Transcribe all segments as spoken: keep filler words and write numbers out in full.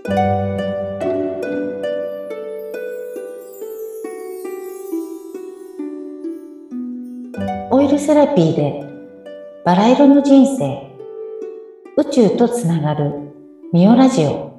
オイルセラピーでバラ色の人生、宇宙とつながるミオラジオ。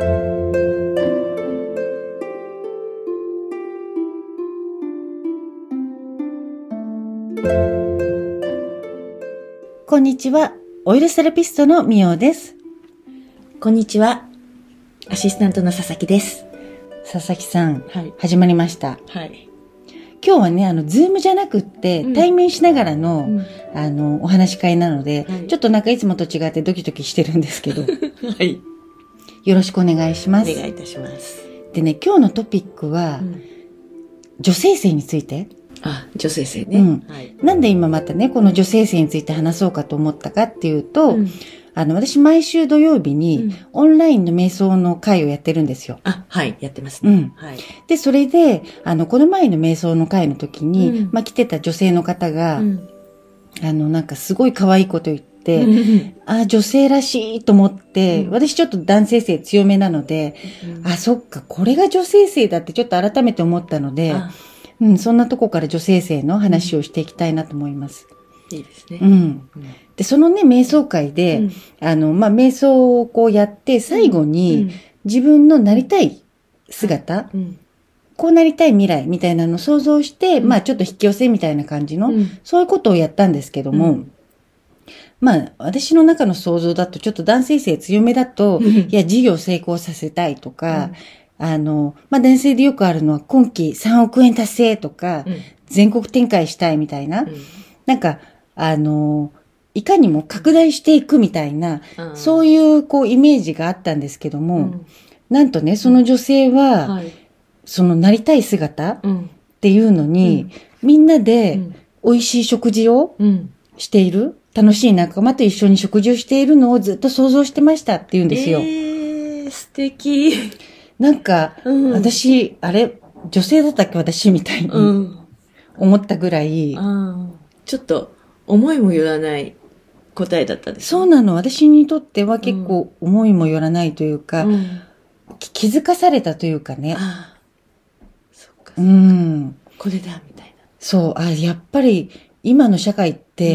こんにちは、オイルセラピストのミオです。 こんにちは、アシスタントの佐々木です。 佐々木さん、 はい、 始まりました。 はい。 今日はね、あの、ズームじゃなくって、うん、対面しながらの、うん、あの、お話し会なので、はい、ちょっとなんかいつもと違ってドキドキしてるんですけど、 はい。 よろしくお願いします。 お願いいたします。 でね、今日のトピックは、うん、女性性について。 あ、女性性ね、 うんはい。なんで今またね、この女性性について話そうかと思ったかっていうと、うん、あの、私毎週土曜日に、うん、オンラインの瞑想の会をやってるんですよ。 あ、はい、やってますね。 うん。はい。で、それで、あの、この前の瞑想の会の時に、うん、まあ、来てた女性の方が、うん、あの、なんかすごい可愛いこと言って、うん、あ、女性らしいと思って、うん、私ちょっと男性性強めなので、うん、あ、そっか、これが女性性だってちょっと改めて思ったので、うん、そんなとこから女性性の話をしていきたいなと思います。 いいですね。 うん。で、そのね、瞑想会で、うん、あの、まあ、瞑想をこうやって、最後に、うん、自分のなりたい姿、うん、こうなりたい未来みたいなのを想像して、うん、まあ、ちょっと引き寄せみたいな感じの、うん、そういうことをやったんですけども、うん、まあ、私の中の想像だと、ちょっと男性性強めだと、いや、事業成功させたいとか、あの、まあ、男性でよくあるのは、今期さんおくえん達成とか、全国展開したいみたいな、なんか、あの、いかにも拡大していくみたいな、うん、そういうこうイメージがあったんですけども、うん、なんとね、その女性は、うんはい、そのなりたい姿っていうのに、うん、みんなで美味しい食事をしている、楽しい仲間と一緒に食事をしているのをずっと想像してましたって言うんですよ。 えー、素敵。 なんか、うん、私、あれ、女性だったっけ私みたいに思ったぐらい、 うんちょっと思いもよらない答えだったです、ね。 そうなの。私にとっては結構思いもよらないというか、うん、気づかされたというかね。 ああそっかそっか。 うん。 これだみたいな。 そう。あ、やっぱり今の社会って、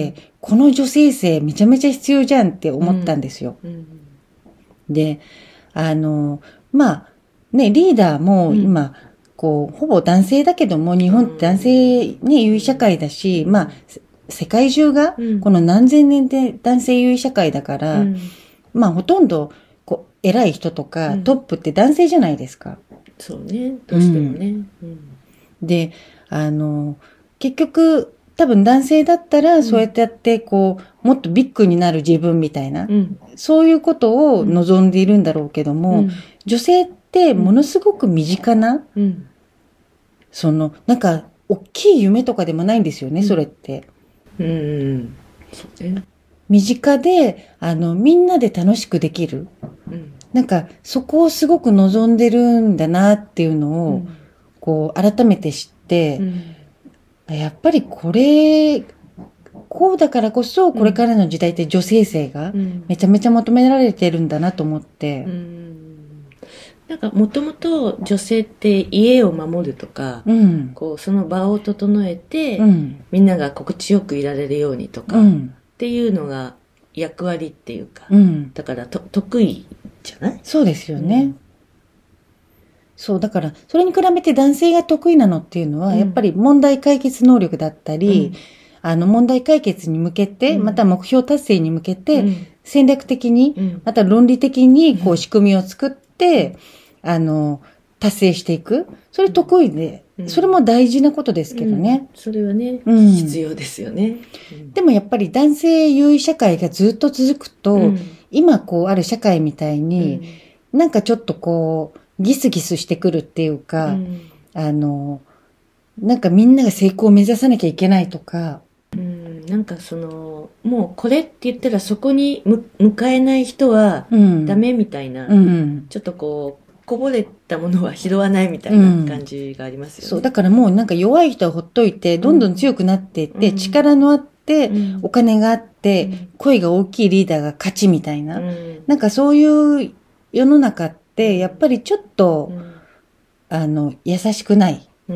うん、この女性性めちゃめちゃ必要じゃんって思ったんですよ。うんうん、で、あの、まあ、ね、リーダーも今、うんこう、ほぼ男性だけども、日本って男性ね、優位社会だし、まあ、世界中が、この何千年で男性優位社会だから、うん、まあ、ほとんど、こう、偉い人とか、トップって男性じゃないですか。 そうね、どうしてもね。うん、 で、あの、結局、多分男性だったら、そうやってやって、こう、もっとビッグになる自分みたいな、うん、そういうことを望んでいるんだろうけども、うん、女性ってものすごく身近な、うんその、なんか、大きい夢とかでもないんですよね、うん、それって。 うん。そうね。 身近で、あの、みんなで楽しくできる。うん、なんか、そこをすごく望んでるんだなっていうのを、うん、こう、改めて知って、うん、やっぱりこれ、こうだからこそ、これからの時代って女性性がめちゃめちゃ求められてるんだなと思って。うんなんかもともと女性って家を守るとか、うん、こうその場を整えて、うん、みんなが心地よくいられるようにとか、うん、っていうのが役割っていうか、うん、だからと得意じゃないそうですよね、うん、そうだからそれに比べて男性が得意なのっていうのは、うん、やっぱり問題解決能力だったり、うん、あの問題解決に向けて、また目標達成に向けて、戦略的に、また論理的にこう仕組みを作って、あの、達成していく。それ得意で、うん、それも大事なことですけどね。 うん、それはね、うん、必要ですよね、 うん。でもやっぱり男性優位社会がずっと続くと、うん、今こうある社会みたいに、うん、なんかちょっとこう、ギスギスしてくるっていうか、うん、あの、なんかみんなが成功を目指さなきゃいけないとか、 うん、なんかその、もうこれって言ったらそこに向かえない人はダメみたいな、うん、ちょっとこう、こぼれたものは拾わないみたいな感じがありますよね、うん、 そうだからもうなんか弱い人はほっといてどんどん強くなっていって、うん、力のあって、うん、お金があって、うん、声が大きいリーダーが勝ちみたいな、うん、なんかそういう世の中っ 、やっぱりちょっと、うん、あの、優しくない。 うん。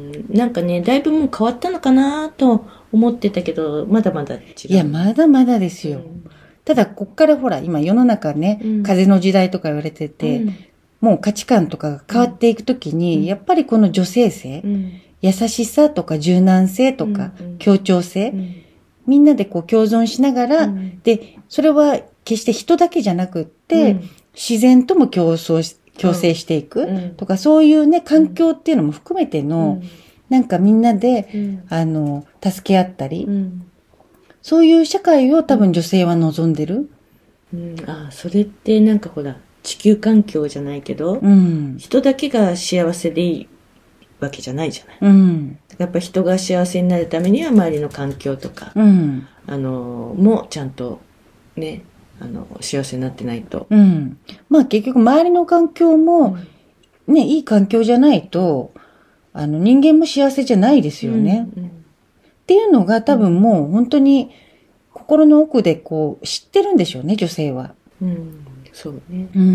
なんかね、だいぶもう変わったのかなと思ってたけど、まだまだ違う。 いや、まだまだですよ。うん、ただ、こっからほら、今世の中ね、うん、風の時代とか言われてて、うん、もう価値観とかが変わっていくときに、うん、やっぱりこの女性性、うん、優しさとか柔軟性とか、うん、協調性、うん、みんなでこう共存しながら、うん、で、それは決して人だけじゃなくって、うん、自然とも競争し、共生していくとか、うん、そういうね、環境っていうのも含めての、うん、なんかみんなで、うん、あの、助け合ったり、うん、そういう社会を多分女性は望んでる。 うん、ああ、それってなんかほら、地球環境じゃないけど、うん、人だけが幸せでいいわけじゃないじゃない。うん、やっぱ人が幸せになるためには周りの環境とか、うん、あの、もちゃんとね、あの、幸せになってないと。 うん。まあ結局周りの環境も、うん、ね、いい環境じゃないと、あの、人間も幸せじゃないですよね。うんうん、っていうのが多分もう本当に心の奥でこう知ってるんでしょうね、女性は。 うん、そうね。うん。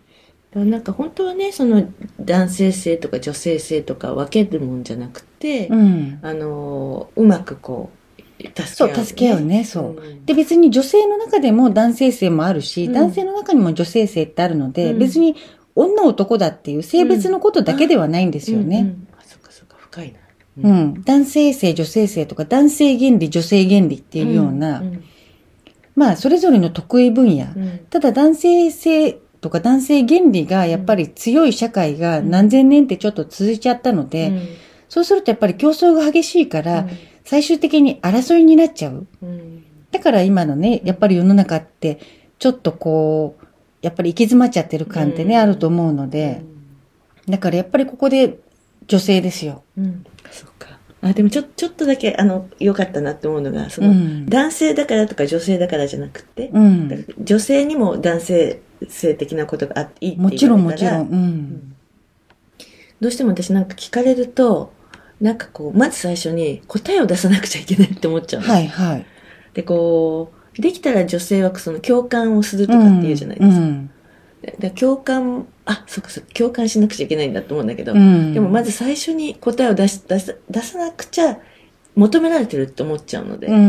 なんか本当はね、その男性性とか女性性とか分けるもんじゃなくて、うん、あの、うまくこう、助け合う、ね。 そう、助け合うね、そう、うん。で、別に女性の中でも男性性もあるし、うん、男性の中にも女性性ってあるので、うん、別に女男だっていう性別のことだけではないんですよね。うんうん、 あ、そっかそっか、深いな。 うん、うん。男性性、女性性とか、男性原理、女性原理っていうような、うんうん、まあ、それぞれの得意分野。うん、ただ、男性性とか男性原理がやっぱり強い社会が何千年ってちょっと続いちゃったので、うん、そうするとやっぱり競争が激しいから、うん最終的に争いになっちゃう。うん、だから今のね、やっぱり世の中って、ちょっとこう、やっぱり行き詰まっちゃってる感ってね、うん、あると思うので、うん、だからやっぱりここで女性ですよ。 うん、そうか。あ、でもちょ、ちょっとだけ、あの、良かったなって思うのが、その、うん、男性だからとか女性だからじゃなくて、うん、女性にも男性性的なことがあっていいって言われたら、もちろんもちろん、うん、どうしても私なんか聞かれると、なんかこう、まず最初に答えを出さなくちゃいけないって思っちゃうの。はいはい。で、こう、できたら女性はその共感をするとかって言うじゃないですか。うんうん、で共感、あ、そっかそっか、共感しなくちゃいけないんだと思うんだけど、うん、でもまず最初に答えを出し、出す、出さなくちゃ求められてるって思っちゃうので、うん、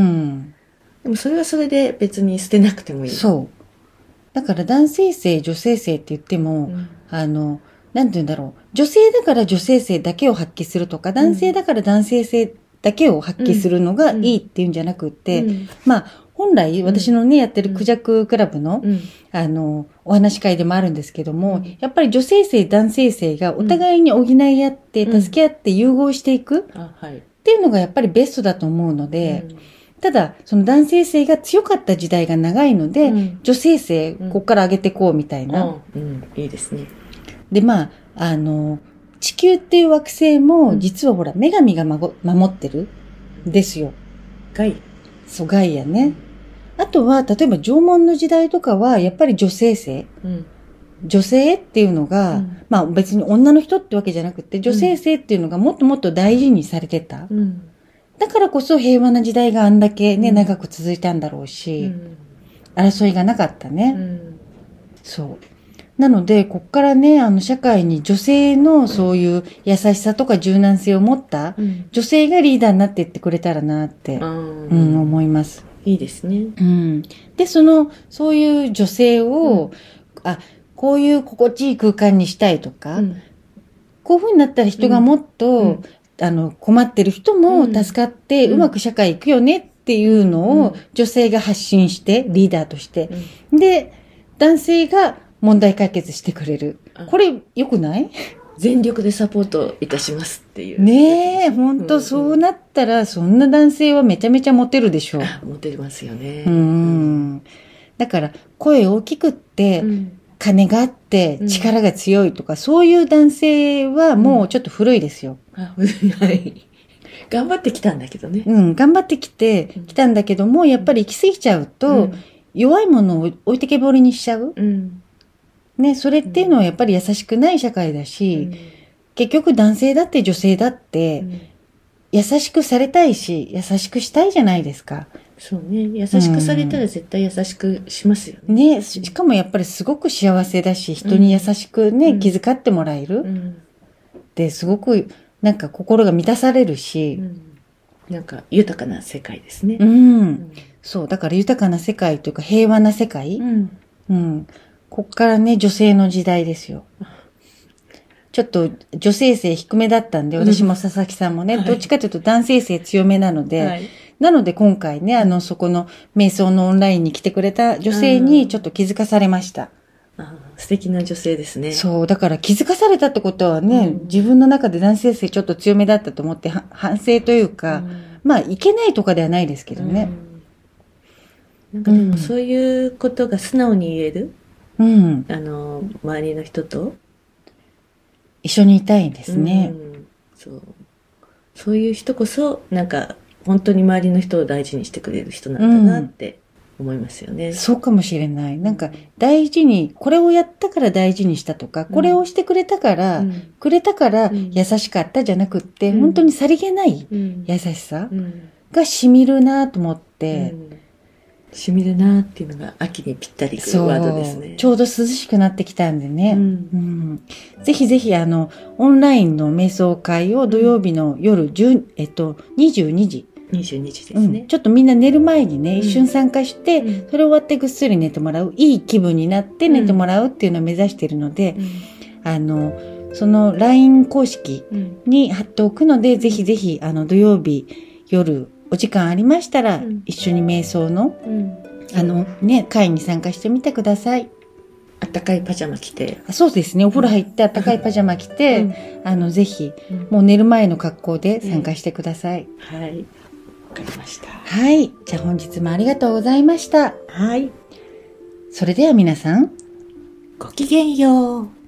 でもそれはそれで別に捨てなくてもいい。 そう。だから男性性、女性性って言っても、うん、あの、なんて言うんだろう。女性だから女性性だけを発揮するとか、男性だから男性性だけを発揮するのがいいっていうんじゃなくって、うん、まあ、本来私のね、やってるクジャククラブの、うん、あの、お話し会でもあるんですけども、うん、やっぱり女性性、男性性がお互いに補い合って、助け合って融合していくっていうのがやっぱりベストだと思うので、ただ、その男性性が強かった時代が長いので、うん、女性性、ここから上げていこうみたいな。 うん、うん、いいですね。 で、まあ、あの、地球っていう惑星も、実はほら、女神が守ってるんですよ。 ガイア。 そう、ガイアね。あとは、例えば縄文の時代とかは、やっぱり女性性。うん、女性っていうのが、うん、まあ別に女の人ってわけじゃなくて、女性性っていうのがもっともっと大事にされてた。うん、だからこそ平和な時代があんだけね、うん、長く続いたんだろうし、うん、争いがなかったね。うん、そう。なので、こっからね、あの、社会に女性のそういう優しさとか柔軟性を持った女性がリーダーになっていってくれたらなって、うん、うん、思います。 いいですね。 うん。で、その、そういう女性を、うん、あ、こういう心地いい空間にしたいとか、うん、こういう風になったら人がもっと、うん、あの、困ってる人も助かって、うまく社会行くよねっていうのを女性が発信して、リーダーとして。で、男性が問題解決してくれる。これ良くない？ 全力でサポートいたしますっていう。 ねえ、ほんとそうなったら、そんな男性はめちゃめちゃモテるでしょう。 モテますよね。 うん。だから、声大きくって、うん、金があって力が強いとか、うん、そういう男性はもうちょっと古いですよ。 うん、あ、はい。頑張ってきたんだけどね。 うん、頑張ってきて、きたんだけども、やっぱり行き過ぎちゃうと、うん、弱いものを置いてけぼりにしちゃう。うんね、それっていうのはやっぱり優しくない社会だし、うん、結局男性だって女性だって、優しくされたいし、優しくしたいじゃないですか。 そうね。優しくされたら絶対優しくしますよね。 ね、しかもやっぱりすごく幸せだし、人に優しくね、うん、気遣ってもらえる。うん、で、すごくなんか心が満たされるし、うん、 なんか豊かな世界ですね。 うん。うん、そう、だから豊かな世界というか平和な世界。うん。うん。こっからね、女性の時代ですよ。ちょっと女性性低めだったんで、私も佐々木さんもね、はい、どっちかというと男性性強めなので、はい、なので今回ね、あの、そこの瞑想のオンラインに来てくれた女性にちょっと気づかされました。 あ、素敵な女性ですね。 そう、だから気づかされたってことはね、うん、自分の中で男性性ちょっと強めだったと思って反省というか、うん、まあいけないとかではないですけどね。 うん、なんかでもそういうことが素直に言える、うん、あの、周りの人と一緒にいたいんですね、 うん、そう。そういう人こそ、なんか、本当に周りの人を大事にしてくれる人なんだなって思いますよね。 うん、そうかもしれない。なんか、大事に、これをやったから大事にしたとか、うん、これをしてくれたから、うん、くれたから優しかったじゃなくって、うん、本当にさりげない優しさが染みるなと思って、うん染みるなっていうのが秋にぴったりくるワードですね。 ちょうど涼しくなってきたんでね。うんうん、ぜひぜひあの、オンラインの瞑想会を土曜日の夜じゅう、えっと、にじゅうにじ。 にじゅうにじですね、 うん。ちょっとみんな寝る前にね、一瞬参加して、うん、それ終わってぐっすり寝てもらう。いい気分になって寝てもらうっていうのを目指しているので、うん、あの、その ライン 公式に貼っておくので、うん、ぜひぜひあの土曜日夜、お時間ありましたら、うん、一緒に瞑想の、うん、あのね、会に参加してみてください。 あったかいパジャマ着て。 そうですね。お風呂入ってあったかいパジャマ着て、うん、あの、ぜひ、うん、もう寝る前の格好で参加してください。 うん、はい。わかりました。 はい。じゃあ本日もありがとうございました。 はい。 それでは皆さん、 ごきげんよう。